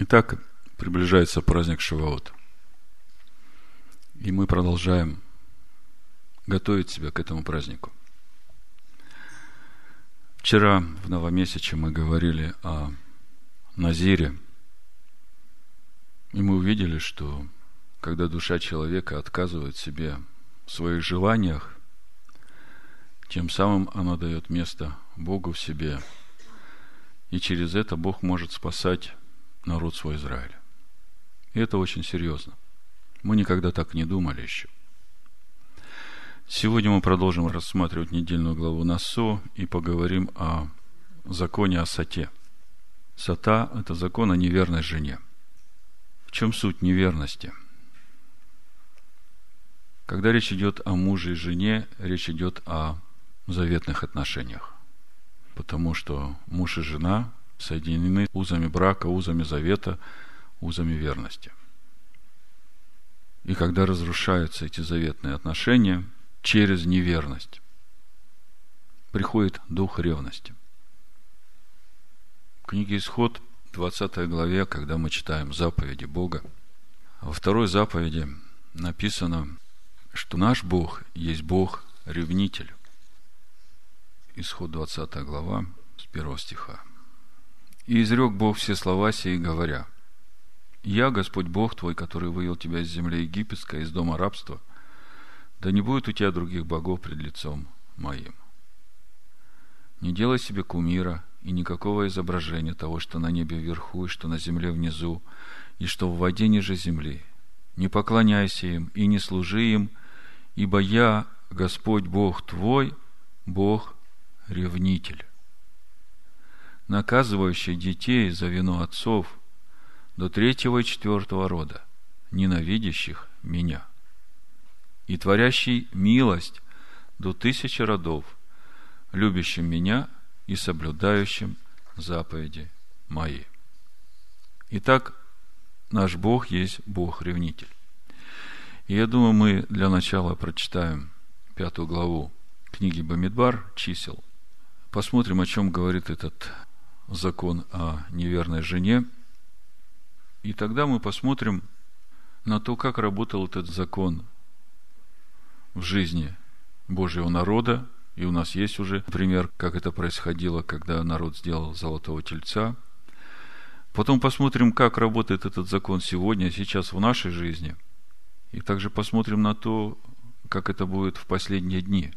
Итак, приближается праздник Шавуот. И мы продолжаем готовить себя к этому празднику. Вчера в Новомесяче мы говорили о Назире. И мы увидели, что когда душа человека отказывает себе в своих желаниях, тем самым она дает место Богу в себе. И через это Бог может спасать народ свой Израиль. И это очень серьезно. Мы никогда так не думали еще. Сегодня мы продолжим рассматривать недельную главу Насо и поговорим о законе о сате. Сата – это закон о неверной жене. В чем суть неверности? Когда речь идет о муже и жене, речь идет о заветных отношениях. Потому что муж и жена соединены узами брака, узами завета, узами верности. И когда разрушаются эти заветные отношения через неверность, приходит дух ревности. В книге Исход, 20 главе, когда мы читаем заповеди Бога, во второй заповеди написано, что наш Бог есть Бог-ревнитель. Исход 20 глава, с 1 стиха. «И изрек Бог все слова сии, говоря: Я, Господь Бог твой, который вывел тебя из земли египетской, из дома рабства, да не будет у тебя других богов пред лицом моим. Не делай себе кумира и никакого изображения того, что на небе вверху, и что на земле внизу, и что в воде ниже земли. Не поклоняйся им и не служи им, ибо я, Господь Бог твой, Бог-ревнитель, наказывающий детей за вину отцов до 3-го и 4-го рода, ненавидящих меня, и творящий милость до 1000 родов, любящим меня и соблюдающим заповеди мои». Итак, наш Бог есть Бог-ревнитель. И я думаю, мы для начала прочитаем 5 главу книги Бамидбар, чисел. Посмотрим, о чем говорит этот закон о неверной жене. И тогда мы посмотрим на то, как работал этот закон в жизни Божьего народа. И у нас есть уже пример, как это происходило, когда народ сделал золотого тельца. Потом посмотрим, как работает этот закон сегодня, сейчас в нашей жизни. И также посмотрим на то, как это будет в последние дни.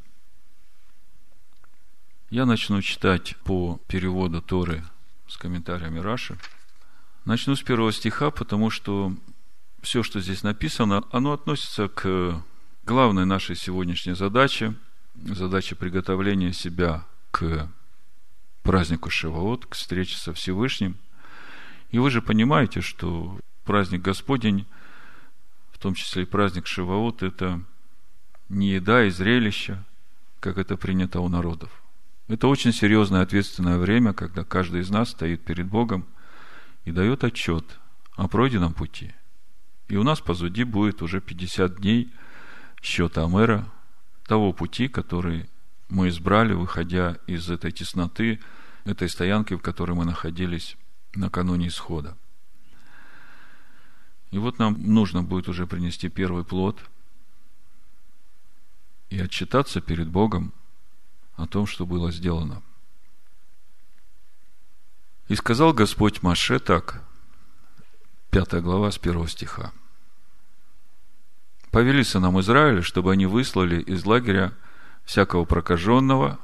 Я начну читать по переводу Торы с комментариями Раши. Начну с 1 стиха, потому что все, что здесь написано, оно относится к главной нашей сегодняшней задаче приготовления себя к празднику Шавуот, к встрече со Всевышним. И вы же понимаете, что праздник Господень, в том числе и праздник Шавуот, это не еда и зрелище, как это принято у народов. Это очень серьезное, ответственное время, когда каждый из нас стоит перед Богом и дает отчет о пройденном пути. И у нас позади будет уже 50 дней счета Омера, того пути, который мы избрали, выходя из этой тесноты, этой стоянки, в которой мы находились накануне исхода. И вот нам нужно будет уже принести первый плод и отчитаться перед Богом о том, что было сделано. «И сказал Господь Моше так», 5 глава с 1 стиха: «Повели сынам Израиля, чтобы они выслали из лагеря всякого прокаженного».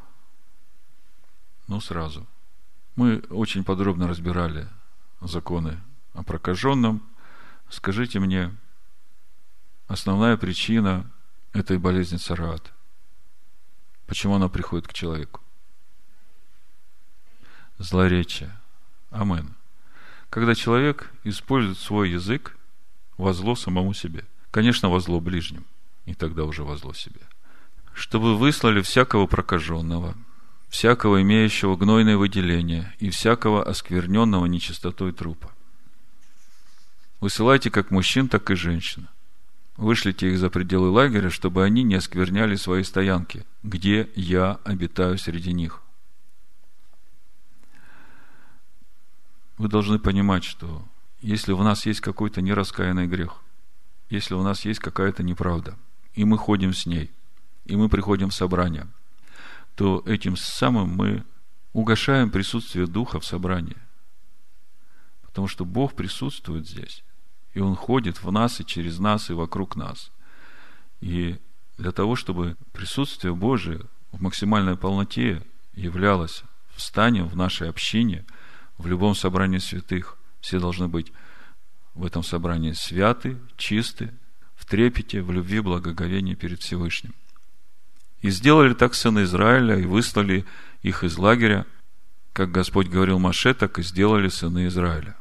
Сразу. Мы очень подробно разбирали законы о прокаженном. Скажите мне, основная причина этой болезни цараат. Почему она приходит к человеку? Злоречие. Амен. Когда человек использует свой язык во зло самому себе. Конечно, во зло ближним. И тогда уже во зло себе. «Чтобы выслали всякого прокаженного, всякого имеющего гнойное выделение и всякого оскверненного нечистотой трупа. Высылайте как мужчин, так и женщин. Вышлите их за пределы лагеря, чтобы они не оскверняли свои стоянки, где я обитаю среди них». Вы должны понимать, что если у нас есть какой-то нераскаянный грех, если у нас есть какая-то неправда, и мы ходим с ней, и мы приходим в собрание, то этим самым мы угошаем присутствие Духа в собрании. Потому что Бог присутствует здесь, и Он ходит в нас, и через нас, и вокруг нас. И для того, чтобы присутствие Божие в максимальной полноте являлось в стане, в нашей общине, в любом собрании святых, все должны быть в этом собрании святы, чисты, в трепете, в любви, благоговении перед Всевышним. И сделали так сыны Израиля, и выслали их из лагеря, как Господь говорил Моше, так и сделали сыны Израиля.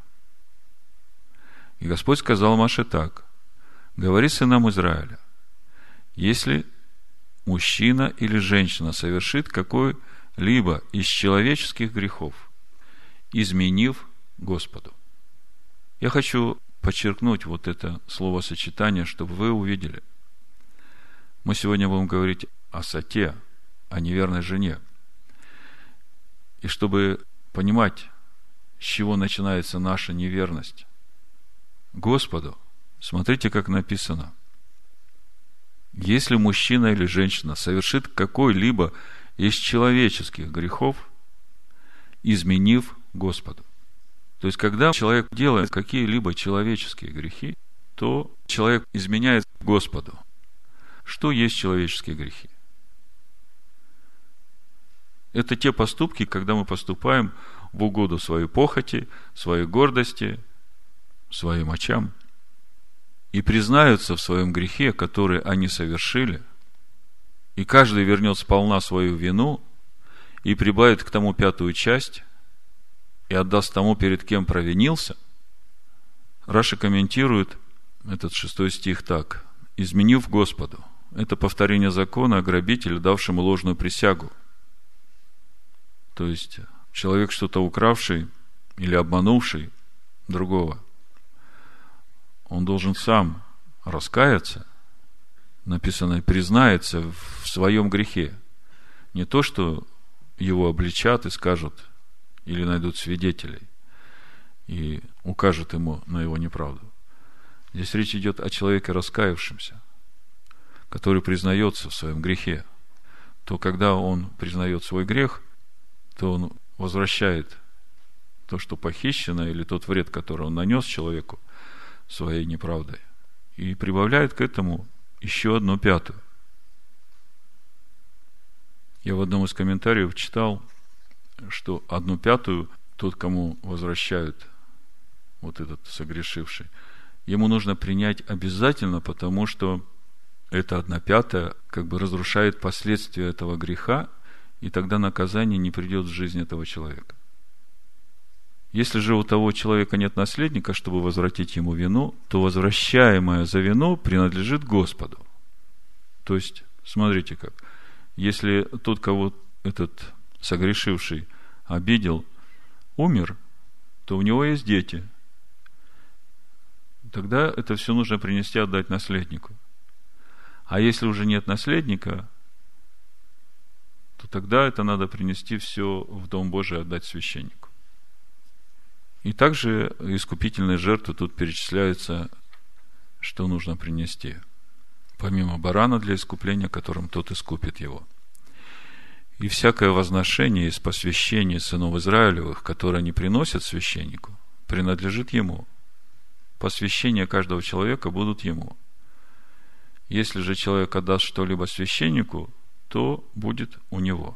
И Господь сказал Моше так: говори сынам Израиля, если мужчина или женщина совершит какой-либо из человеческих грехов, изменив Господу. Я хочу подчеркнуть вот это словосочетание, чтобы вы увидели. Мы сегодня будем говорить о соте, о неверной жене. И чтобы понимать, с чего начинается наша неверность Господу, смотрите, как написано. Если мужчина или женщина совершит какой-либо из человеческих грехов, изменив Господу. То есть, когда человек делает какие-либо человеческие грехи, то человек изменяет Господу. Что есть человеческие грехи? Это те поступки, когда мы поступаем в угоду своей похоти, своей гордости, своим очам, и признаются в своем грехе, который они совершили, и каждый вернет сполна свою вину и прибавит к тому 5-ю часть и отдаст тому, перед кем провинился. Раши комментирует этот 6 стих так: изменив Господу. Это повторение закона о грабителе, давшему ложную присягу. То есть, человек, что-то укравший или обманувший другого, он должен сам раскаяться, написано, признается в своем грехе. Не то, что его обличат и скажут, или найдут свидетелей, и укажут ему на его неправду. Здесь речь идет о человеке раскаявшемся, который признается в своем грехе. То, когда он признает свой грех, то он возвращает то, что похищено, или тот вред, который он нанес человеку своей неправдой, и прибавляет к этому еще 1/5. Я в одном из комментариев читал, что 1/5 тот, кому возвращают вот этот согрешивший, ему нужно принять обязательно, потому что это 1/5 как бы разрушает последствия этого греха, и тогда наказание не придет в жизнь этого человека. Если же у того человека нет наследника, чтобы возвратить ему вину, то возвращаемое за вину принадлежит Господу. То есть, смотрите как. Если тот, кого этот согрешивший обидел, умер, то у него есть дети. Тогда это все нужно принести, отдать наследнику. А если уже нет наследника, то тогда это надо принести все в Дом Божий, отдать священнику. И также искупительные жертвы тут перечисляются, что нужно принести. Помимо барана для искупления, которым тот искупит его. И всякое возношение из посвящения сынов Израилевых, которое они приносят священнику, принадлежит ему. Посвящения каждого человека будут ему. Если же человек отдаст что-либо священнику, то будет у него.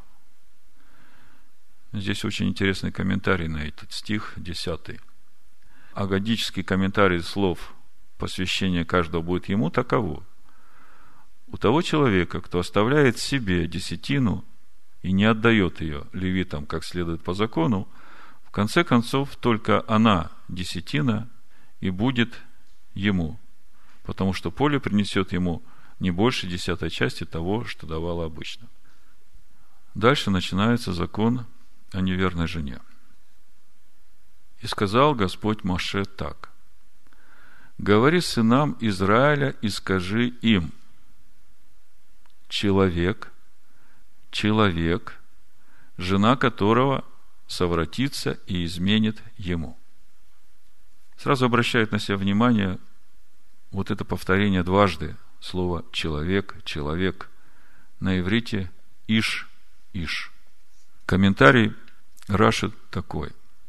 Здесь очень интересный комментарий на этот стих, 10. Агадический комментарий слов «посвящение каждого будет ему» таково: у того человека, кто оставляет себе десятину и не отдает ее левитам как следует по закону, в конце концов только она, десятина, и будет ему, потому что поле принесет ему не больше 10 части того, что давало обычно. Дальше начинается закон о неверной жене. И сказал Господь Моше так: говори сынам Израиля и скажи им: человек, жена которого совратится и изменит ему. сразу обращает на себя внимание вот это повторение дважды слова «человек», «человек». На иврите «иш», «иш». Комментарий Раши такой.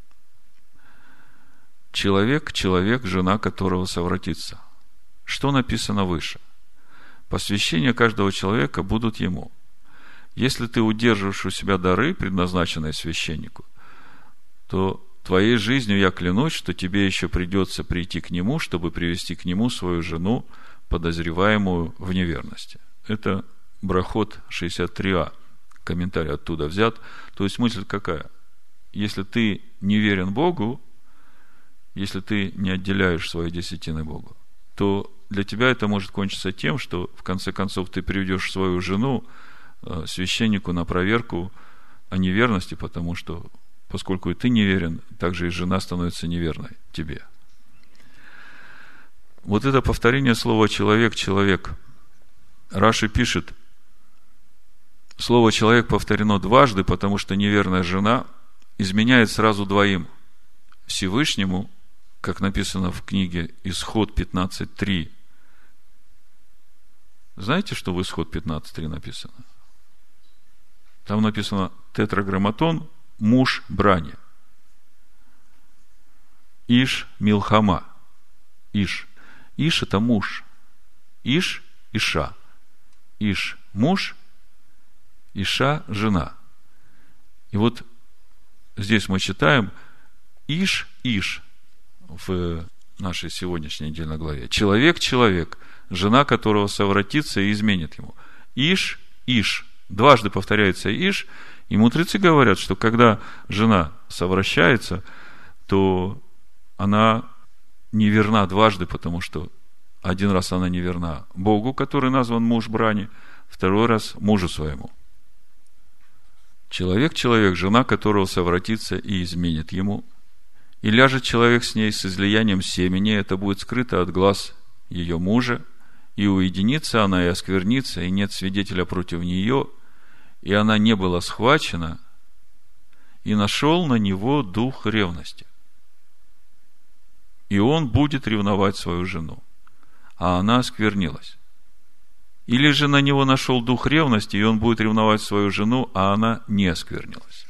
Человек, человек, жена которого совратится. Что написано выше? Посвящения каждого человека будут ему. Если ты удерживаешь у себя дары, предназначенные священнику, то твоей жизнью я клянусь, что тебе еще придется прийти к нему, чтобы привести к нему свою жену, подозреваемую в неверности. Это Брахот 63а. Комментарий оттуда взят. То есть мысль какая? Если ты не верен Богу, если ты не отделяешь свои десятины Богу, то для тебя это может кончиться тем, что в конце концов ты приведешь свою жену священнику на проверку о неверности, потому что, поскольку и ты неверен, также и жена становится неверной тебе. Вот это повторение слова «человек», «человек». Раши пишет, слово «человек» повторено дважды, потому что неверная жена изменяет сразу двоим: Всевышнему, как написано в книге Исход 15.3. Знаете, что в Исход 15.3 написано? Там написано тетраграмматон, муж брани. Иш милхама. Иш. Иш это муж. Иш – иша. Иш – муж. Иша – жена. И вот здесь мы читаем Иш – иш в нашей сегодняшней недельной главе. Человек – человек, жена которого совратится и изменит ему. Иш – иш. Дважды повторяется иш. И мудрецы говорят, что когда жена совращается, то она неверна дважды, потому что один раз она неверна Богу, который назван муж брани, второй раз мужу своему. Человек, человек, жена которого совратится и изменит ему, и ляжет человек с ней с излиянием семени, это будет скрыто от глаз ее мужа, и уединится она, и осквернится, и нет свидетеля против нее, и она не была схвачена, и нашел на него дух ревности. И он будет ревновать свою жену, а она осквернилась. Или же на него нашел дух ревности, и он будет ревновать свою жену, а она не осквернилась.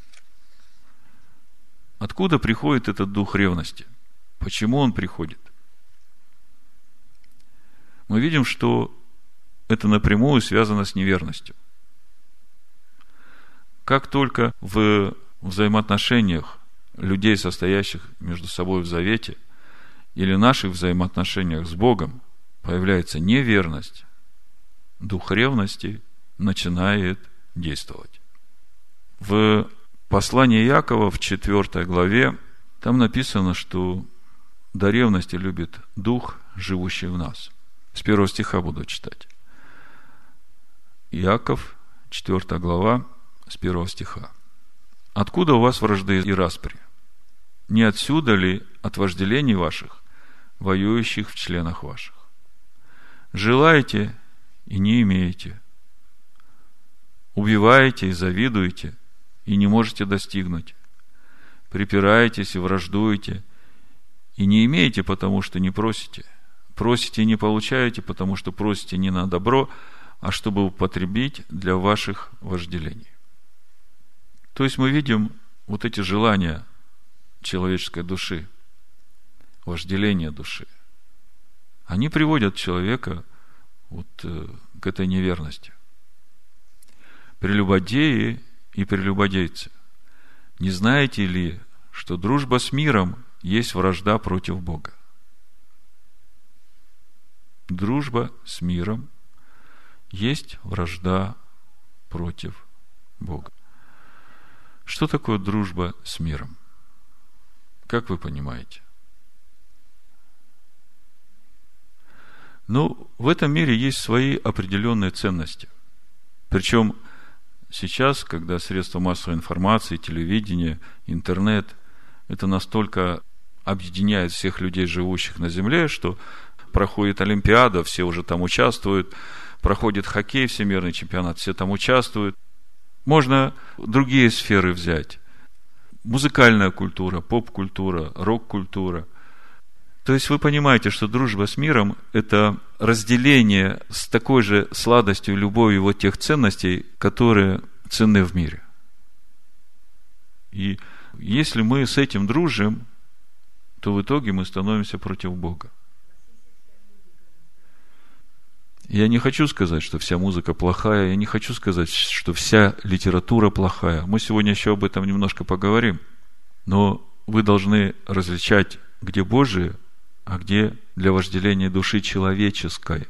Откуда приходит этот дух ревности? Почему он приходит? Мы видим, что это напрямую связано с неверностью. Как только в взаимоотношениях людей, состоящих между собой в завете, или наших взаимоотношениях с Богом, появляется неверность, дух ревности начинает действовать. В послании Иакова в 4 главе там написано, что до ревности любит дух, живущий в нас. С 1 стиха буду читать. Иаков, 4 глава, с 1 стиха. «Откуда у вас вражды и распри? Не отсюда ли от вожделений ваших, воюющих в членах ваших? Желаете и не имеете, убиваете и завидуете, и не можете достигнуть, припираетесь и враждуете, и не имеете, потому что не просите, просите и не получаете, потому что просите не на добро, а чтобы употребить для ваших вожделений». То есть мы видим вот эти желания человеческой души, вожделения души. Они приводят человека вот к этой неверности. Прелюбодеи и прелюбодейцы, не знаете ли, что дружба с миром есть вражда против Бога? Дружба с миром есть вражда против Бога. Что такое дружба с миром? Как вы понимаете? Ну, в этом мире есть свои определенные ценности. Причем сейчас, когда средства массовой информации, телевидение, интернет, это настолько объединяет всех людей, живущих на земле, что проходит Олимпиада, все уже там участвуют, проходит хоккей, всемирный чемпионат, все там участвуют. Можно другие сферы взять. Музыкальная культура, поп-культура, рок-культура. То есть вы понимаете, что дружба с миром – это разделение с такой же сладостью и любовью вот тех ценностей, которые ценны в мире. И если мы с этим дружим, то в итоге мы становимся против Бога. Я не хочу сказать, что вся музыка плохая, я не хочу сказать, что вся литература плохая. Мы сегодня еще об этом немножко поговорим. Но вы должны различать, где Божие, а где для вожделения души человеческой.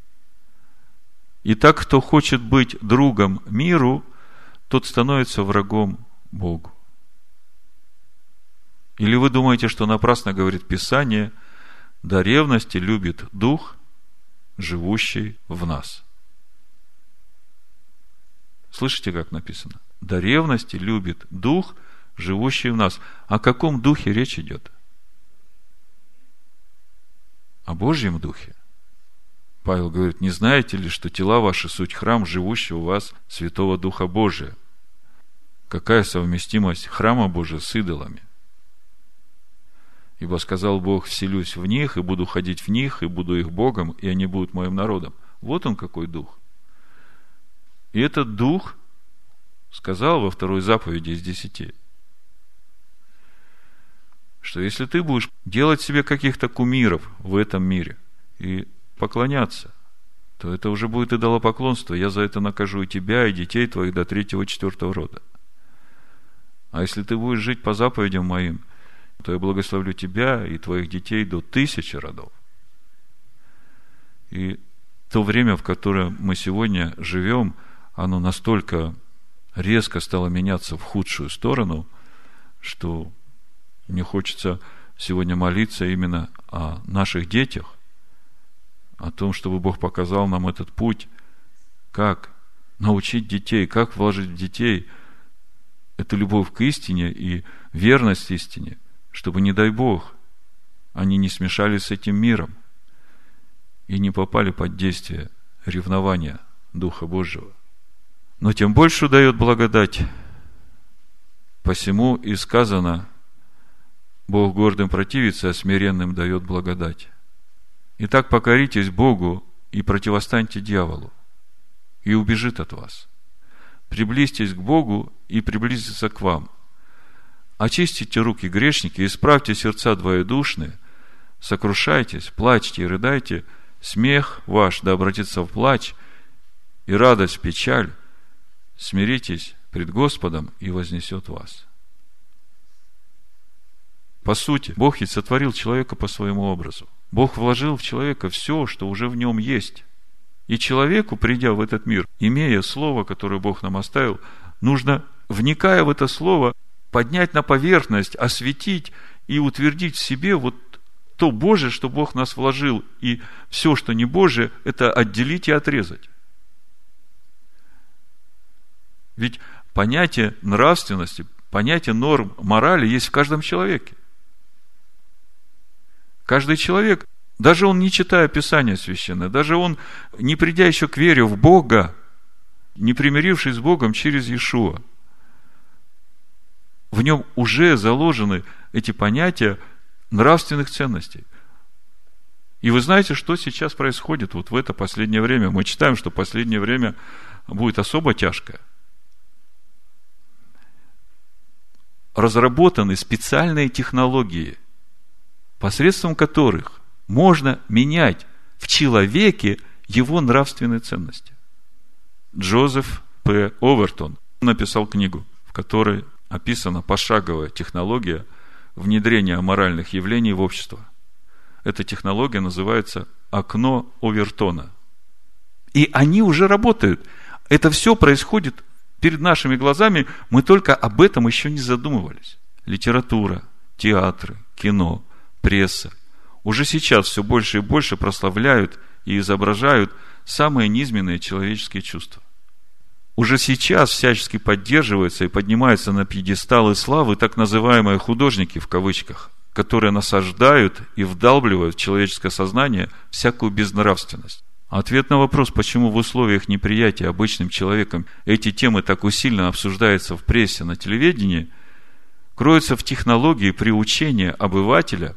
И так, кто хочет быть другом миру, тот становится врагом Богу. Или вы думаете, что напрасно говорит Писание: до ревности любит дух, живущий в нас. Слышите, как написано? До ревности любит дух, живущий в нас. О каком духе речь идет? О Божьем духе. Павел говорит: не знаете ли, что тела ваши суть храм живущего у вас Святого Духа Божия? Какая совместимость храма Божия с идолами? Ибо сказал Бог: вселюсь в них, и буду ходить в них, и буду их Богом, и они будут моим народом. Вот он какой дух. И этот дух сказал во второй заповеди из 10, что если ты будешь делать себе каких-то кумиров в этом мире и поклоняться, то это уже будет идолопоклонство. Я за это накажу и тебя, и детей твоих до 3-го, 4-го рода. А если ты будешь жить по заповедям моим, то я благословлю тебя и твоих детей до 1000 родов. И то время, в котором мы сегодня живем, оно настолько резко стало меняться в худшую сторону, что мне хочется сегодня молиться именно о наших детях, о том, чтобы Бог показал нам этот путь, как научить детей, как вложить в детей эту любовь к истине и верность истине, чтобы, не дай Бог, они не смешались с этим миром и не попали под действие ревнования Духа Божьего. Но тем больше дает благодать. Посему и сказано: Бог гордым противится, а смиренным дает благодать. Итак, покоритесь Богу и противостаньте дьяволу, и убежит от вас. Приблизьтесь к Богу, и приблизится к вам. Очистите руки, грешники, исправьте сердца двоедушные, сокрушайтесь, плачьте и рыдайте, смех ваш да обратится в плач, и радость в печаль. Смиритесь пред Господом, и вознесет вас. По сути, Бог ведь сотворил человека по своему образу. Бог вложил в человека все, что уже в нем есть. И человеку, придя в этот мир, имея слово, которое Бог нам оставил, нужно, вникая в это слово, поднять на поверхность, осветить и утвердить в себе вот то Божие, что Бог в нас вложил, и все, что не Божие, это отделить и отрезать. Ведь понятие нравственности, понятие норм морали есть в каждом человеке. Каждый человек, даже он не читая Писание Священное, даже он не придя еще к вере в Бога, не примирившись с Богом через Иешуа, в нем уже заложены эти понятия нравственных ценностей. И вы знаете, что сейчас происходит вот в это последнее время? Мы читаем, что последнее время будет особо тяжкое. Разработаны специальные технологии, посредством которых можно менять в человеке его нравственные ценности. Джозеф П. Овертон написал книгу, в которой описана пошаговая технология внедрения аморальных явлений в общество. Эта технология называется «Окно Овертона». И они уже работают. Это все происходит перед нашими глазами, мы только об этом еще не задумывались. Литература, театры, кино, пресса уже сейчас все больше и больше прославляют и изображают самые низменные человеческие чувства. Уже сейчас всячески поддерживаются и поднимаются на пьедесталы славы так называемые художники, в кавычках, которые насаждают и вдалбливают в человеческое сознание всякую безнравственность. Ответ на вопрос, почему в условиях неприятия обычным человеком эти темы так усиленно обсуждаются в прессе, на телевидении, кроется в технологии приучения обывателя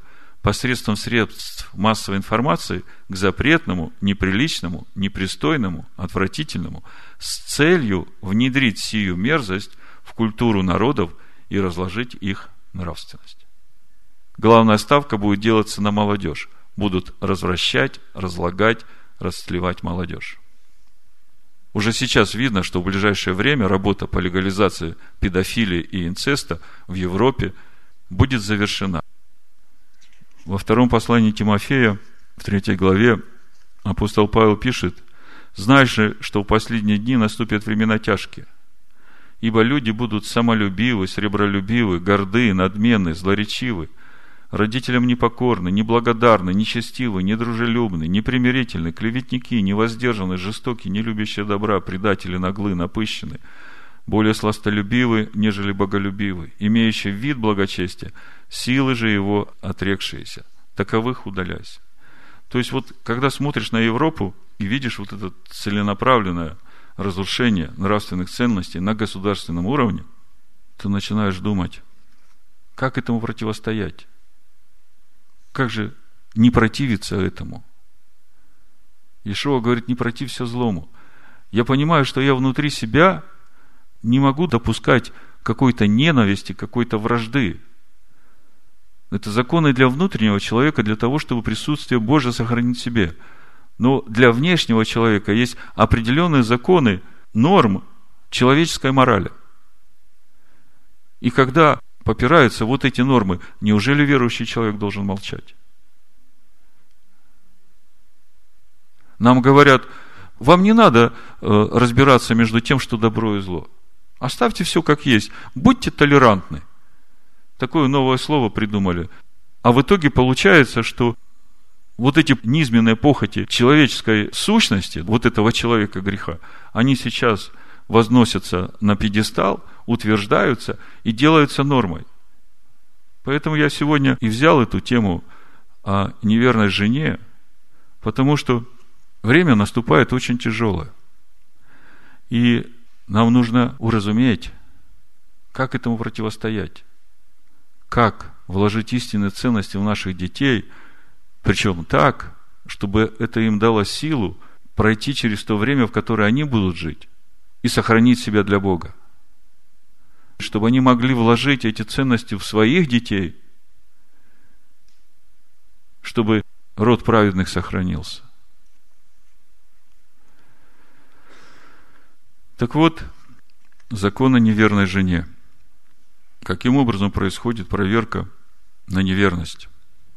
посредством средств массовой информации к запретному, неприличному, непристойному, отвратительному, с целью внедрить сию мерзость в культуру народов и разложить их нравственность. Главная ставка будет делаться на молодежь. Будут развращать, разлагать, растлевать молодежь. Уже сейчас видно, что в ближайшее время работа по легализации педофилии и инцеста в Европе будет завершена. Во втором послании Тимофея, в 3 главе, апостол Павел пишет: «Знай же, что в последние дни наступят времена тяжкие, ибо люди будут самолюбивы, сребролюбивы, горды, надменны, злоречивы, родителям непокорны, неблагодарны, нечестивы, недружелюбны, непримирительны, клеветники, невоздержаны, жестоки, не любящие добра, предатели, наглы, напыщены, более сластолюбивы, нежели боголюбивы, имеющие вид благочестия, силы же его отрекшиеся. Таковых удаляйся». То есть, вот, когда смотришь на Европу и видишь вот это целенаправленное разрушение нравственных ценностей на государственном уровне, ты начинаешь думать, как этому противостоять? Как же не противиться этому? Иешуа говорит: не протився злому. Я понимаю, что я внутри себя не могу допускать какой-то ненависти, какой-то вражды. Это законы для внутреннего человека, для того, чтобы присутствие Божие сохранить в себе. Но для внешнего человека есть определенные законы, норм человеческой морали. И когда попираются вот эти нормы, неужели верующий человек должен молчать? Нам говорят: вам не надо разбираться между тем, что добро и зло. Оставьте все как есть. Будьте толерантны. Такое новое слово придумали. А в итоге получается, что вот эти низменные похоти человеческой сущности, вот этого человека греха, они сейчас возносятся на пьедестал, утверждаются и делаются нормой. Поэтому я сегодня и взял эту тему о неверной жене, потому что время наступает очень тяжелое. И нам нужно уразуметь, как этому противостоять, как вложить истинные ценности в наших детей, причем так, чтобы это им дало силу пройти через то время, в которое они будут жить, и сохранить себя для Бога. Чтобы они могли вложить эти ценности в своих детей, чтобы род праведных сохранился. Так вот, закон о неверной жене. Каким образом происходит проверка на неверность?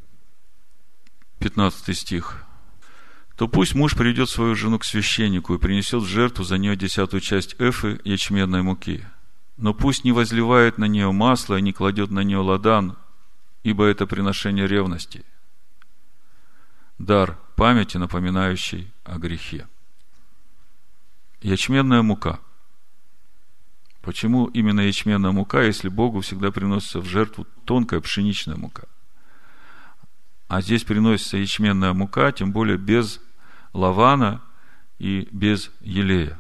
15 стих. «То пусть муж приведет свою жену к священнику и принесет в жертву за нее 10 часть эфы ячменной муки. Но пусть не возливает на нее масло и не кладет на нее ладан, ибо это приношение ревности, дар памяти, напоминающий о грехе». Ячменная мука. Почему именно ячменная мука, если Богу всегда приносится в жертву тонкая пшеничная мука? А здесь приносится ячменная мука, тем более без лавана и без елея.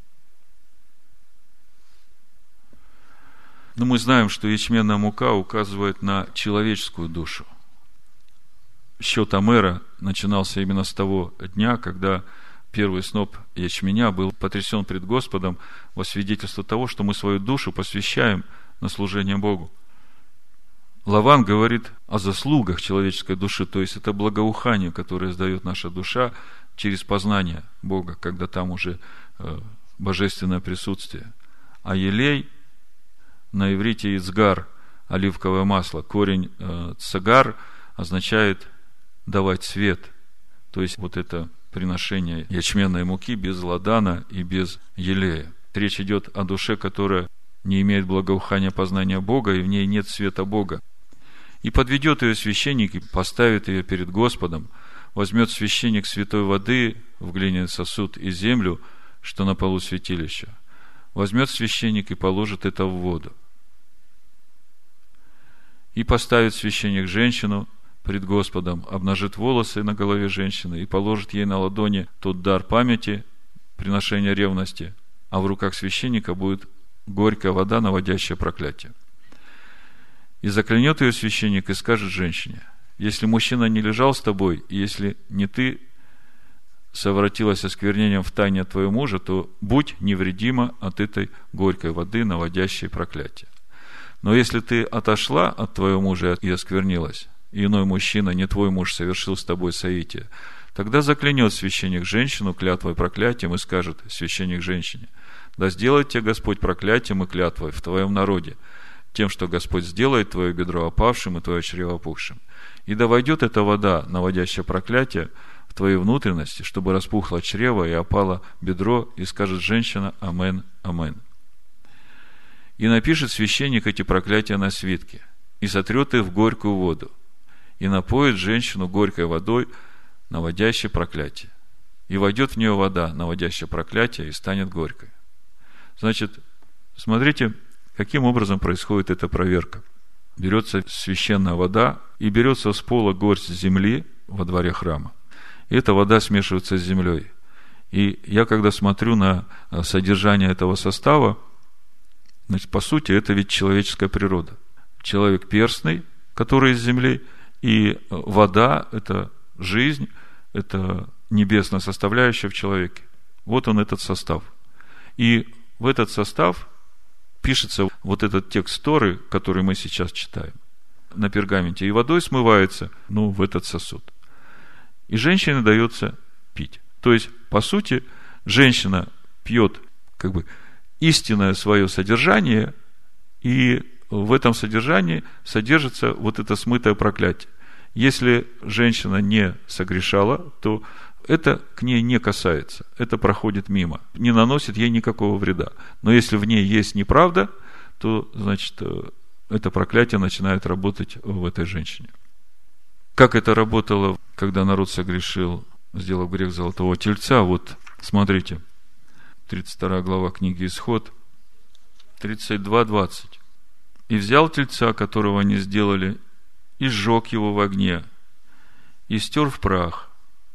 Но мы знаем, что ячменная мука указывает на человеческую душу. Счет Омера начинался именно с того дня, когда первый сноп ячменя был потрясен пред Господом во свидетельство того, что мы свою душу посвящаем на служение Богу. Лаван говорит о заслугах человеческой души, то есть это благоухание, которое издает наша душа через познание Бога, когда там уже божественное присутствие. А елей на иврите ицгар, оливковое масло, корень цагар означает давать свет, то есть вот это приношение ячменной муки без ладана и без елея. Речь идет о душе, которая не имеет благоухания познания Бога, и в ней нет света Бога. И подведет ее священник, и поставит ее перед Господом. Возьмет священник святой воды в глиняный сосуд и землю, что на полу святилища. Возьмет священник и положит это в воду. И поставит священник женщину пред Господом, обнажит волосы на голове женщины и положит ей на ладони тот дар памяти, приношения ревности, а в руках священника будет горькая вода, наводящая проклятие. И заклянет ее священник и скажет женщине: Если мужчина не лежал с тобой, и если не ты совратилась осквернением в тайне от твоего мужа, то будь невредима от этой горькой воды, наводящей проклятие. Но если ты отошла от твоего мужа и осквернилась, и иной мужчина, не твой муж, совершил с тобой соитие, тогда заклянет священник женщину клятвой проклятием и скажет священник женщине: да сделает тебе Господь проклятием и клятвой в твоем народе, тем, что Господь сделает твое бедро опавшим и твое чрево опухшим. И да войдет эта вода, наводящая проклятие, в твои внутренности, чтобы распухло чрево и опало бедро, и скажет женщина: амен, амен. И напишет священник эти проклятия на свитке, и сотрет их в горькую воду, и напоит женщину горькой водой, наводящей проклятие. И войдет в нее вода, наводящая проклятие, и станет горькой. Значит, смотрите, каким образом происходит эта проверка. Берется священная вода, и берется с пола горсть земли во дворе храма. И эта вода смешивается с землей. И я, когда смотрю на содержание этого состава, значит, по сути, это ведь человеческая природа. Человек перстный, который из земли, и вода – это жизнь, это небесная составляющая в человеке. Вот он, этот состав. И в этот состав пишется вот этот текст Торы, который мы сейчас читаем на пергаменте, и водой смывается, в этот сосуд. И женщине дается пить. То есть, по сути, женщина пьет истинное свое содержание, и в этом содержании содержится вот это смытое проклятие. Если женщина не согрешала, то это к ней не касается, это проходит мимо, не наносит ей никакого вреда. Но если в ней есть неправда, то, значит, это проклятие начинает работать в этой женщине. Как это работало, когда народ согрешил, сделав грех золотого тельца? Вот, смотрите, 32 глава книги Исход, 32:20. «И взял тельца, которого они сделали, и сжег его в огне, и стер в прах,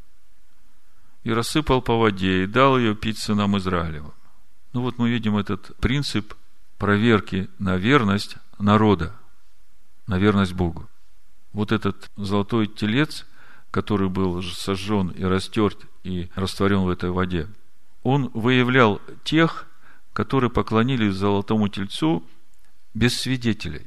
и рассыпал по воде, и дал ее пить сынам Израилевым». Вот мы видим этот принцип проверки на верность народа, на верность Богу. Вот этот золотой телец, который был сожжен и растерт и растворен в этой воде, он выявлял тех, которые поклонились золотому тельцу без свидетелей.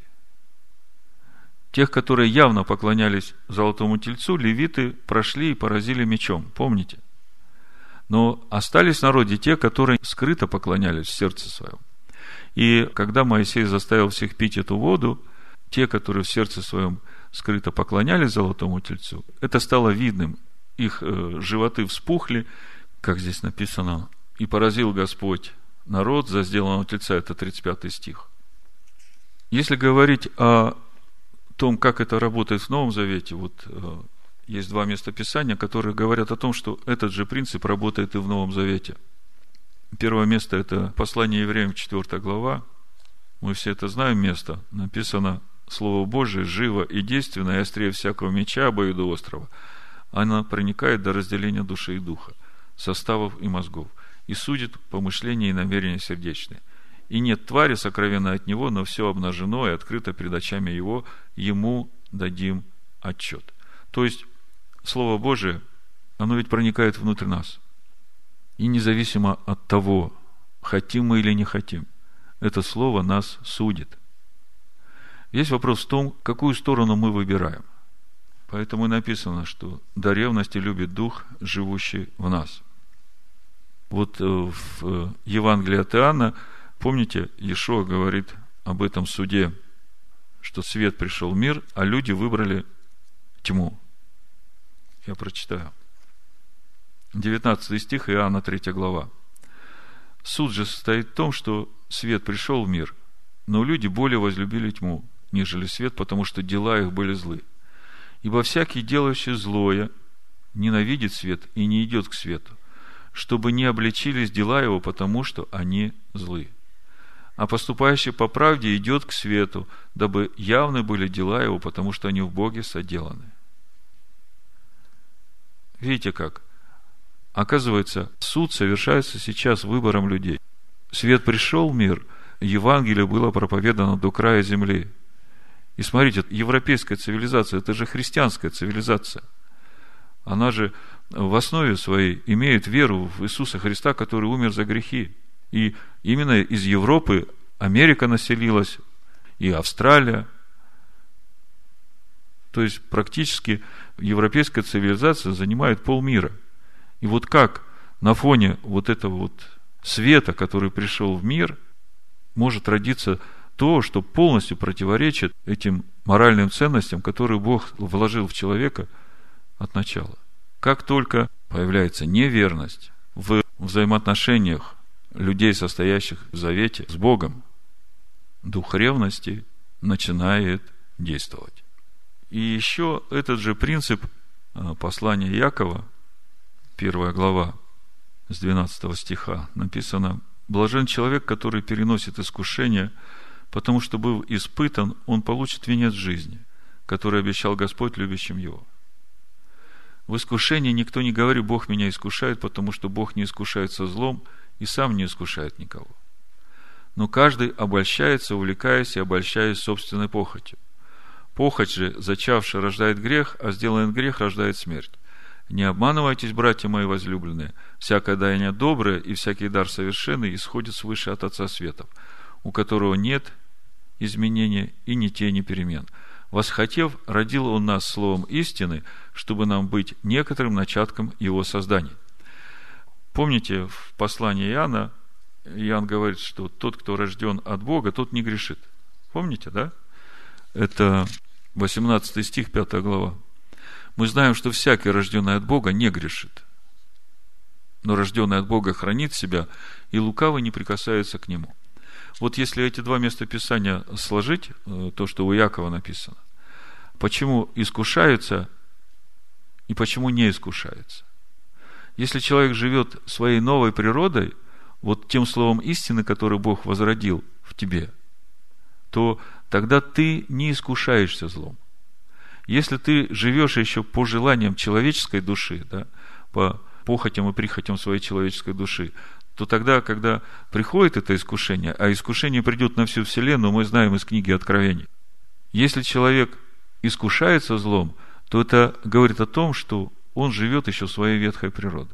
Тех, которые явно поклонялись золотому тельцу, левиты прошли и поразили мечом, помните? Но остались в народе те, которые скрыто поклонялись в сердце своем. И когда Моисей заставил всех пить эту воду, те, которые в сердце своем скрыто поклонялись золотому тельцу, это стало видным. Их животы вспухли, как здесь написано: «И поразил Господь народ за сделанного тельца». Это 35 стих. Если говорить о том, как это работает в Новом Завете, есть два местописания, которые говорят о том, что этот же принцип работает и в Новом Завете. Первое место – это послание евреям, 4 глава. Мы все это знаем место. Написано: Слово Божие живо и действенно, и острее всякого меча обоюдоострого. Оно проникает до разделения души и духа, составов и мозгов, и судит помышления и намерения сердечные. И нет твари сокровенной от него, но все обнажено и открыто пред очами его, ему дадим отчет. То есть, Слово Божие, оно ведь проникает внутрь нас. И независимо от того, хотим мы или не хотим, это Слово нас судит. Есть вопрос в том, какую сторону мы выбираем. Поэтому и написано, что до ревности любит Дух, живущий в нас. В Евангелии от Иоанна, помните, Иешуа говорит об этом суде, что свет пришел в мир, а люди выбрали тьму. Я прочитаю. 19 стих, Иоанна 3 глава. «Суд же состоит в том, что свет пришел в мир, но люди более возлюбили тьму, нежели свет, потому что дела их были злы. Ибо всякий, делающий злое, ненавидит свет и не идет к свету, чтобы не обличились дела его, потому что они злы. А поступающий по правде идет к свету, дабы явны были дела его, потому что они в Боге соделаны». Видите как? Оказывается, суд совершается сейчас выбором людей. Свет пришел в мир, Евангелие было проповедано до края земли. И смотрите, европейская цивилизация, это же христианская цивилизация. Она же в основе своей имеет веру в Иисуса Христа, который умер за грехи. И именно из Европы Америка населилась, и Австралия. То есть, практически европейская цивилизация занимает полмира. И вот как на фоне вот этого вот света, который пришел в мир, может родиться то, что полностью противоречит этим моральным ценностям, которые Бог вложил в человека от начала. Как только появляется неверность в взаимоотношениях людей, состоящих в завете с Богом, дух ревности начинает действовать. И еще этот же принцип послания Иакова, 1 глава, с 12 стиха, написано: «Блажен человек, который переносит искушение, потому что, быв испытан, он получит венец жизни, который обещал Господь любящим его». В искушении никто не говорит: Бог меня искушает, потому что Бог не искушает со злом и сам не искушает никого. Но каждый обольщается, увлекаясь и обольщаясь собственной похотью. Похоть же, зачавшая, рождает грех, а сделанный грех рождает смерть. Не обманывайтесь, братья мои возлюбленные, всякое даяние доброе и всякий дар совершенный исходит свыше от Отца светов, у которого нет изменения и ни тени перемен. Восхотев, родил Он нас словом истины, чтобы нам быть некоторым начатком Его создания. Помните, в послании Иоанна, Иоанн говорит, что тот, кто рожден от Бога, тот не грешит. Помните, да? Это 18 стих, 5 глава. Мы знаем, что всякий, рожденный от Бога, не грешит. Но рожденный от Бога хранит себя, и лукавый не прикасается к нему. Вот если эти два места Писания сложить, то, что у Иакова написано, почему искушаются и почему не искушаются? Если человек живет своей новой природой, вот тем словом истины, который Бог возродил в тебе, то тогда ты не искушаешься злом. Если ты живешь еще по желаниям человеческой души, да, по похотям и прихотям своей человеческой души, то тогда, когда приходит это искушение, а искушение придет на всю вселенную, мы знаем из книги Откровений. Если человек искушается злом, то это говорит о том, что он живет еще своей ветхой природой.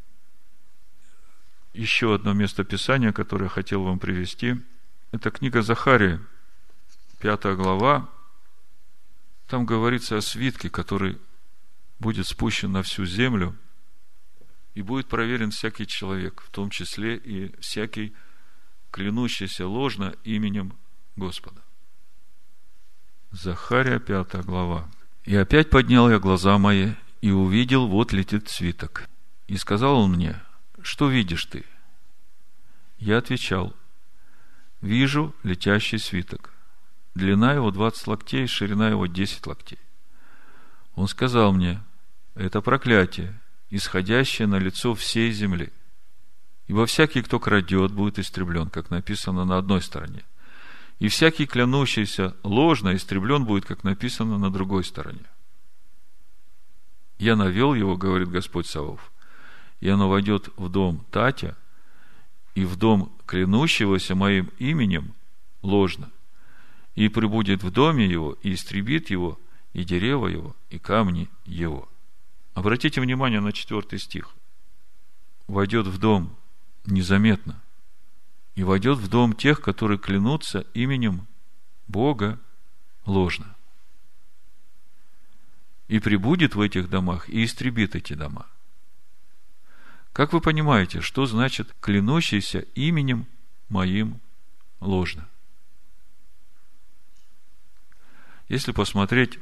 Еще одно место Писания, которое я хотел вам привести, это книга Захарии, 5 глава. Там говорится о свитке, который будет спущен на всю землю, и будет проверен всякий человек, в том числе и всякий, клянущийся ложно именем Господа. Захария, 5 глава. «И опять поднял я глаза мои, и увидел, вот летит свиток. И сказал он мне: что видишь ты? Я отвечал: вижу летящий свиток. Длина его 20 локтей, ширина его 10 локтей. Он сказал мне: это проклятие, исходящее на лицо всей земли. Ибо всякий, кто крадет, будет истреблен, как написано на одной стороне. И всякий, клянущийся ложно, истреблен будет, как написано на другой стороне. Я навел его, говорит Господь Саваоф, и оно войдет в дом Татя, и в дом клянущегося моим именем ложно, и прибудет в доме его, и истребит его, и дерево его, и камни его». Обратите внимание на 4 стих. Войдет в дом незаметно, и войдет в дом тех, которые клянутся именем Бога ложно. И прибудет в этих домах, и истребит эти дома. Как вы понимаете, что значит клянущийся именем моим ложно? Если посмотреть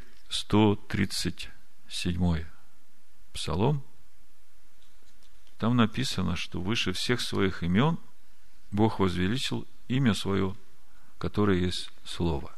137-й Псалом, там написано, что выше всех своих имен Бог возвеличил имя свое, которое есть Слово.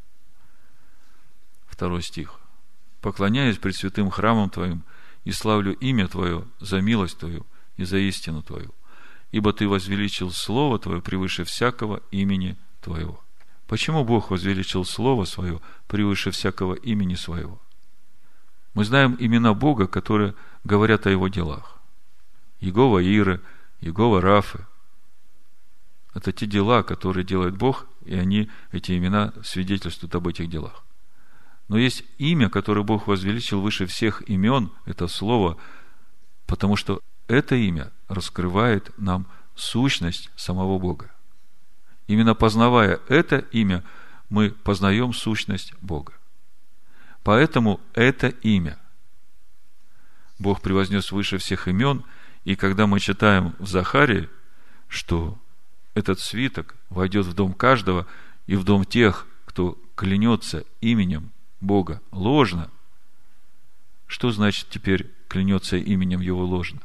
2 стих. «Поклоняюсь пред святым храмом Твоим и славлю имя Твое за милость Твою и за истину Твою, ибо Ты возвеличил Слово Твое превыше всякого имени Твоего». Почему Бог возвеличил Слово Свое превыше всякого имени Своего? Мы знаем имена Бога, которые говорят о Его делах. Иегова Иры, Иегова Рафы. Это те дела, которые делает Бог, и они, эти имена, свидетельствуют об этих делах. Но есть имя, которое Бог возвеличил выше всех имен, это слово, потому что это имя раскрывает нам сущность самого Бога. Именно познавая это имя, мы познаем сущность Бога. Поэтому это имя Бог превознес выше всех имен, и когда мы читаем в Захарии, что этот свиток войдет в дом каждого и в дом тех, кто клянется именем Бога ложно, что значит теперь клянется именем Его ложно?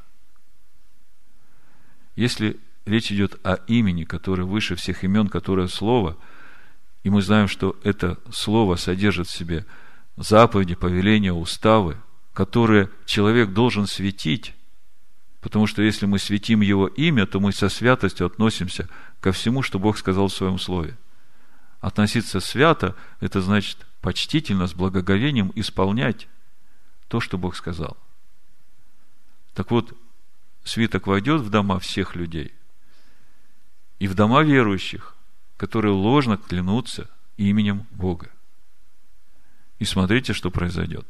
Если речь идет о имени, которое выше всех имен, которое слово, и мы знаем, что это слово содержит в себе заповеди, повеления, уставы, которые человек должен светить, потому что если мы светим Его имя, то мы со святостью относимся ко всему, что Бог сказал в Своем Слове. Относиться свято – это значит почтительно, с благоговением исполнять то, что Бог сказал. Так вот, свиток войдет в дома всех людей и в дома верующих, которые ложно клянутся именем Бога. И смотрите, что произойдет.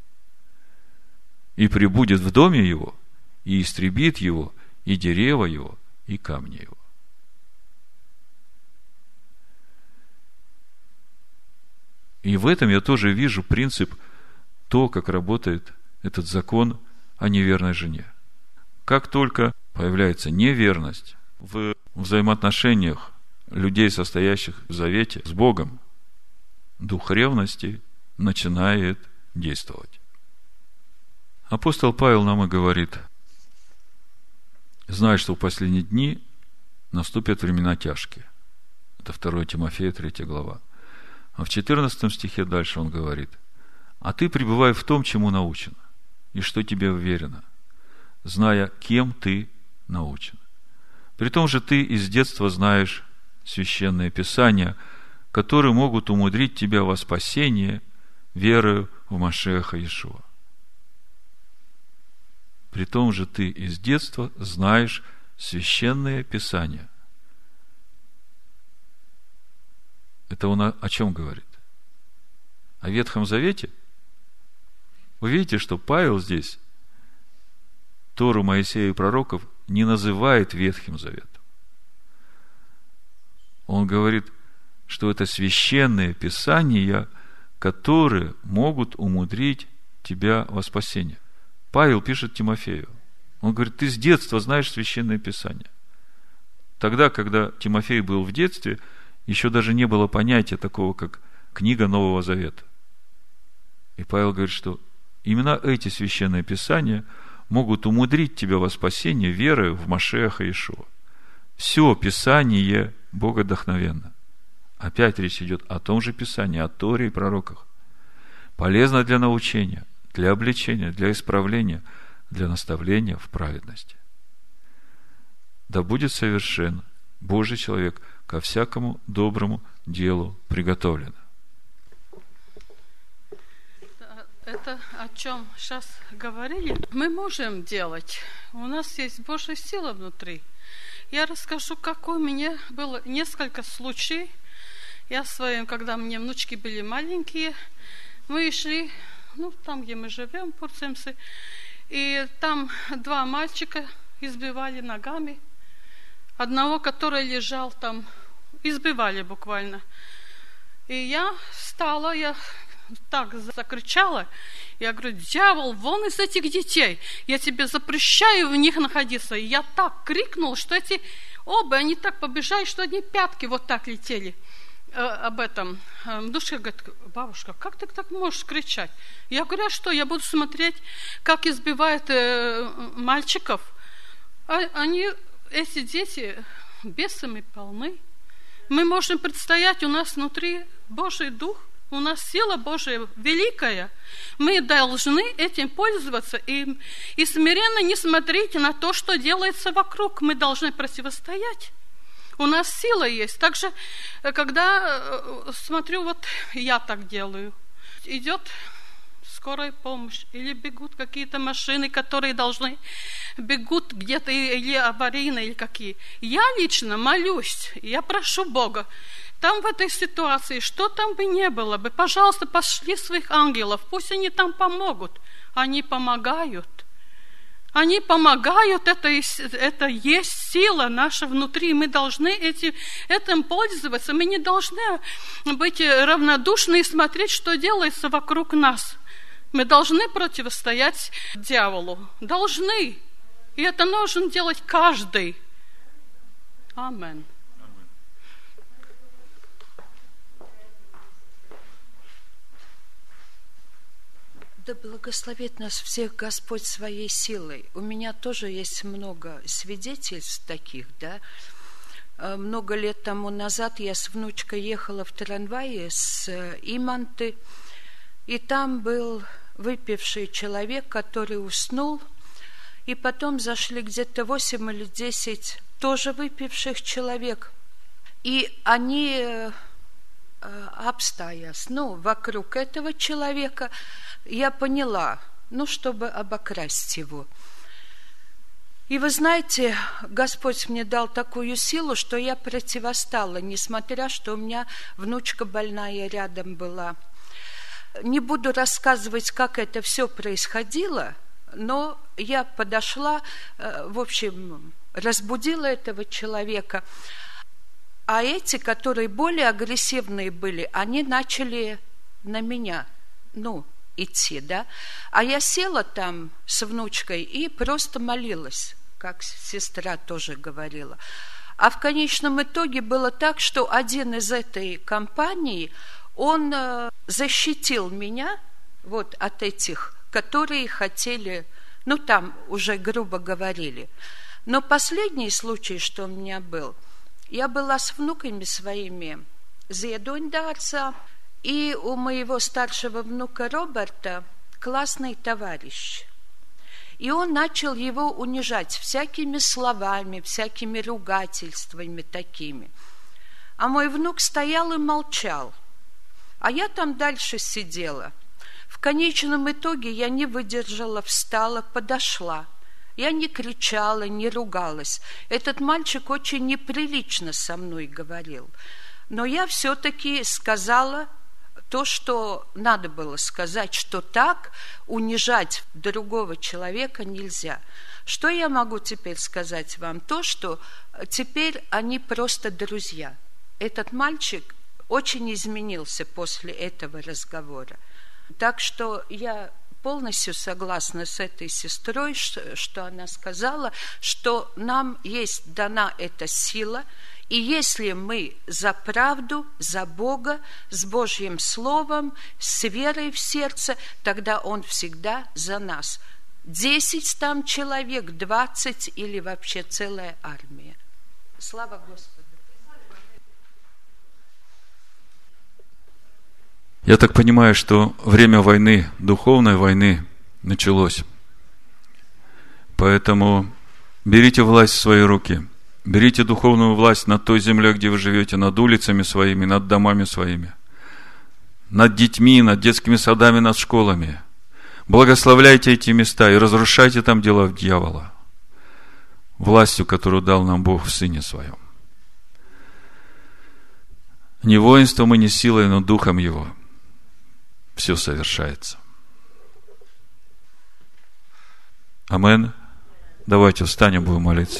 И прибудет в доме его, и истребит его, и дерево его, и камни его. И в этом я тоже вижу принцип, то, как работает этот закон о неверной жене. Как только появляется неверность в взаимоотношениях людей, состоящих в завете с Богом, дух ревности начинает действовать. Апостол Павел нам и говорит: «Знай, что в последние дни наступят времена тяжкие». Это 2 Тимофея, 3 глава. А в 14 стихе дальше он говорит: «А ты пребывай в том, чему научен, и что тебе уверено, зная, кем ты научен. При том же ты из детства знаешь священные писания, которые могут умудрить тебя во спасение верою в Машиаха Иешуа. При том же ты из детства знаешь священные писания». Это он о чем говорит? О Ветхом Завете? Вы видите, что Павел здесь Тору, Моисея и пророков не называет Ветхим Заветом. Он говорит, что это священные писания, которые могут умудрить тебя во спасение. Павел пишет Тимофею. Он говорит: ты с детства знаешь священные писания. Тогда, когда Тимофей был в детстве, еще даже не было понятия такого, как книга Нового Завета. И Павел говорит, что именно эти священные писания могут умудрить тебя во спасение верою в Машиаха Иешуа. Все Писание богодохновенно. Опять речь идет о том же Писании, о Торе и пророках. Полезно для научения, для обличения, для исправления, для наставления в праведности. Да будет совершен Божий человек ко всякому доброму делу приготовлено. Это о чем сейчас говорили, мы можем делать. У нас есть Божья сила внутри. Я расскажу, как у меня было несколько случаев. Я своим, когда мне внучки были маленькие, мы шли, там, где мы живем, Пурцемсы, и там 2 мальчика избивали ногами. Одного, который лежал там, избивали буквально. И я встала, я так закричала, я говорю: дьявол, вон из этих детей, я тебе запрещаю в них находиться. И я так крикнула, что эти оба, они так побежали, что одни пятки вот так летели об этом. Душка говорит: бабушка, как ты так можешь кричать? Я говорю: а что, я буду смотреть, как избивают мальчиков. Эти дети бесами полны. Мы можем предстоять, у нас внутри Божий Дух, у нас сила Божия великая. Мы должны этим пользоваться и смиренно не смотреть на то, что делается вокруг. Мы должны противостоять. У нас сила есть. Также, когда смотрю, вот я так делаю. Идет скорая помощь, или бегут какие-то машины, которые бегут где-то, или аварийные, или какие. Я лично молюсь, я прошу Бога, там в этой ситуации, что там бы не было бы, пожалуйста, пошли своих ангелов, пусть они там помогут. Они помогают. Они помогают, это есть сила наша внутри, мы должны этим пользоваться, мы не должны быть равнодушны и смотреть, что делается вокруг нас. Мы должны противостоять дьяволу, должны, и это должен делать каждый. Аминь. Да благословит нас всех Господь своей силой. У меня тоже есть много свидетельств таких, да. Много лет тому назад я с внучкой ехала в трамвае с Иманты, и там был выпивший человек, который уснул, и потом зашли где-то 8 или 10 тоже выпивших человек, и они обстоясь, вокруг этого человека, я поняла, чтобы обокрасть его. И вы знаете, Господь мне дал такую силу, что я противостала, несмотря, что у меня внучка больная рядом была. Не буду рассказывать, как это все происходило, но я подошла, в общем, разбудила этого человека. А эти, которые более агрессивные были, они начали на меня, идти, да. А я села там с внучкой и просто молилась, как сестра тоже говорила. А в конечном итоге было так, что один из этой компании, он защитил меня от этих, которые хотели, там уже грубо говорили. Но последний случай, что у меня был, я была с внуками своими Зиедонь-Дарца, и у моего старшего внука Роберта классный товарищ. И он начал его унижать всякими словами, всякими ругательствами такими. А мой внук стоял и молчал. А я там дальше сидела. В конечном итоге я не выдержала, встала, подошла. Я не кричала, не ругалась. Этот мальчик очень неприлично со мной говорил. Но я все-таки сказала то, что надо было сказать, что так унижать другого человека нельзя. Что я могу теперь сказать вам? То, что теперь они просто друзья. Этот мальчик очень изменился после этого разговора. Так что я полностью согласна с этой сестрой, что она сказала, что нам есть дана эта сила, и если мы за правду, за Бога, с Божьим Словом, с верой в сердце, тогда Он всегда за нас. 10 там человек, 20 или вообще целая армия. Слава Господу! Я так понимаю, что время войны, духовной войны началось. Поэтому берите власть в свои руки. Берите духовную власть над той землей, где вы живете, над улицами своими, над домами своими, над детьми, над детскими садами, над школами. Благословляйте эти места и разрушайте там дела дьявола властью, которую дал нам Бог в Сыне Своем. Не воинством и не силой, но Духом Его все совершается. Амин. Давайте встанем, будем молиться.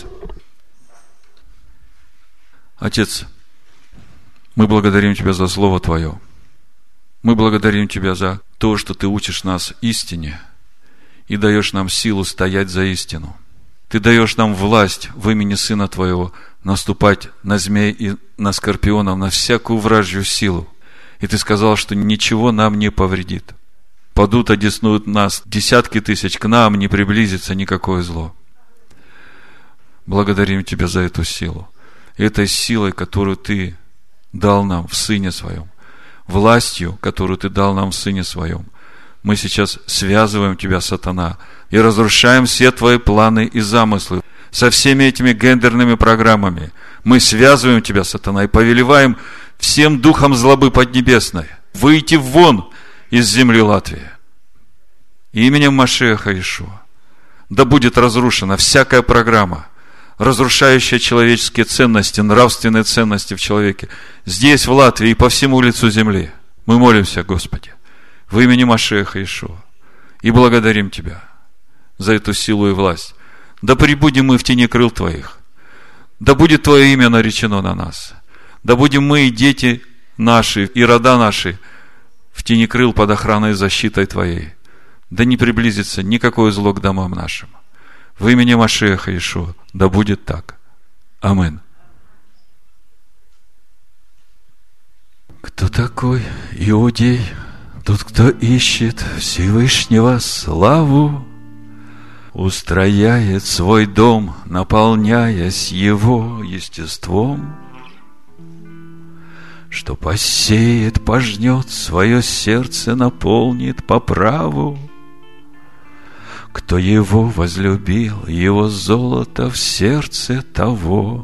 Отец, мы благодарим Тебя за Слово Твое. Мы благодарим Тебя за то, что Ты учишь нас истине и даешь нам силу стоять за истину. Ты даешь нам власть в имени Сына Твоего наступать на змей и на скорпионов, на всякую вражью силу. И Ты сказал, что ничего нам не повредит. Падут, одесную нас десятки тысяч, к нам не приблизится никакое зло. Благодарим Тебя за эту силу. Этой силой, которую Ты дал нам в Сыне Своем, властью, которую Ты дал нам в Сыне Своем, мы сейчас связываем Тебя, сатана, и разрушаем все Твои планы и замыслы. Со всеми этими гендерными программами мы связываем Тебя, сатана, и повелеваем всем духом злобы поднебесной выйти вон из земли Латвии. Именем Машиаха Иешуа да будет разрушена всякая программа разрушающее человеческие ценности, нравственные ценности в человеке. Здесь, в Латвии, и по всему лицу земли. Мы молимся, Господи, в имени Машиаха Иешуа. И благодарим Тебя за эту силу и власть. Да пребудем мы в тени крыл Твоих. Да будет Твое имя наречено на нас. Да будем мы и дети наши, и рода наши в тени крыл под охраной и защитой Твоей. Да не приблизится никакое зло к домам нашим. В имени Машиаха Иешуа. Да будет так. Амин. Кто такой иудей? Тот, кто ищет Всевышнего славу, устрояет свой дом, наполняясь его естеством, что посеет, пожнет, свое сердце наполнит по праву. Кто его возлюбил, его золото в сердце того.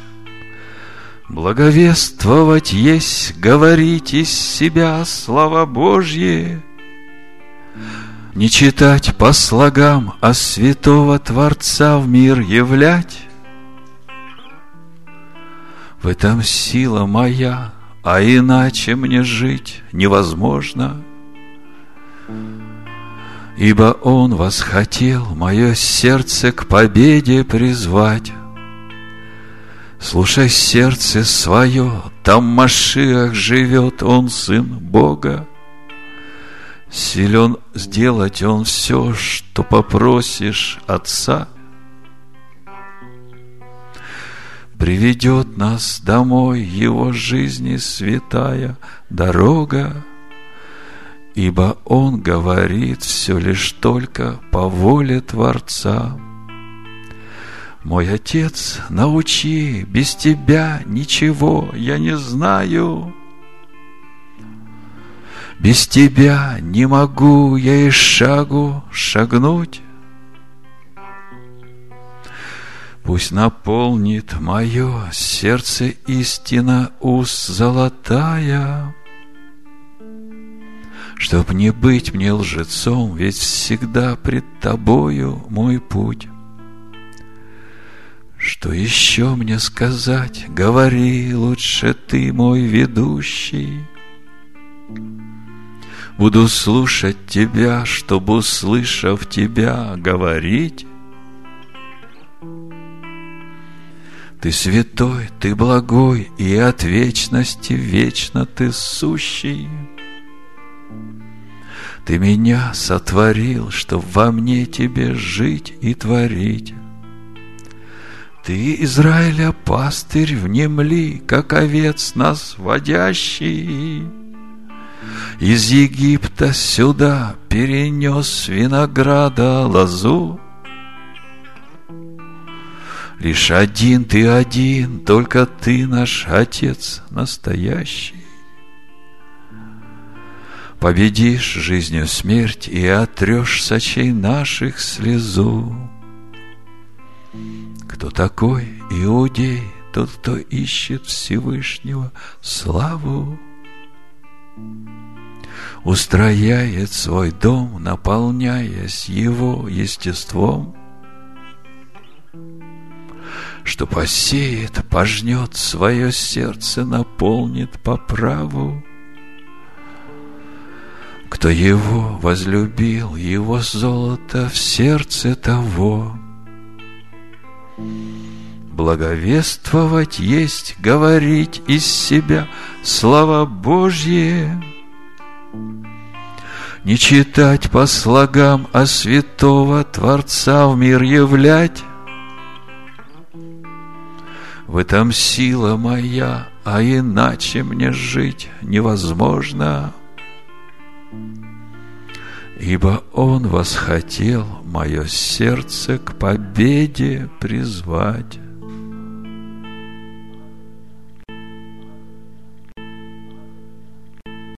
Благовествовать есть, говорить из себя слова Божьи, не читать по слогам, а святого Творца в мир являть. В этом сила моя, а иначе мне жить невозможно. Ибо Он восхотел мое сердце к победе призвать. Слушай сердце свое, там Машиах живет, Он Сын Бога. Силен сделать Он все, что попросишь Отца. Приведет нас домой Его жизни святая дорога, ибо Он говорит все лишь только по воле Творца. Мой Отец, научи, без Тебя ничего я не знаю. Без Тебя не могу я и шагу шагнуть. Пусть наполнит мое сердце истина уст золотая, чтоб не быть мне лжецом, ведь всегда пред Тобою мой путь. Что еще мне сказать? Говори лучше Ты, мой ведущий. Буду слушать Тебя, чтобы, услышав Тебя, говорить. Ты святой, Ты благой, и от вечности вечно Ты сущий. Ты меня сотворил, чтоб во мне Тебе жить и творить. Ты, Израиля, пастырь, внемли, как овец нас водящий. Из Египта сюда перенес винограда лозу. Лишь один Ты один, только Ты наш Отец настоящий. Победишь жизнью смерть и отрешь с очей наших слезу. Кто такой иудей? Тот, кто ищет Всевышнего славу, устрояет свой дом, наполняясь его естеством, что посеет, пожнет, свое сердце наполнит по праву. Кто его возлюбил, его золото в сердце того. Благовествовать есть, говорить из себя слова Божьи, не читать по слогам, а святого Творца в мир являть. В этом сила моя, а иначе мне жить невозможно. Ибо Он восхотел мое сердце к победе призвать.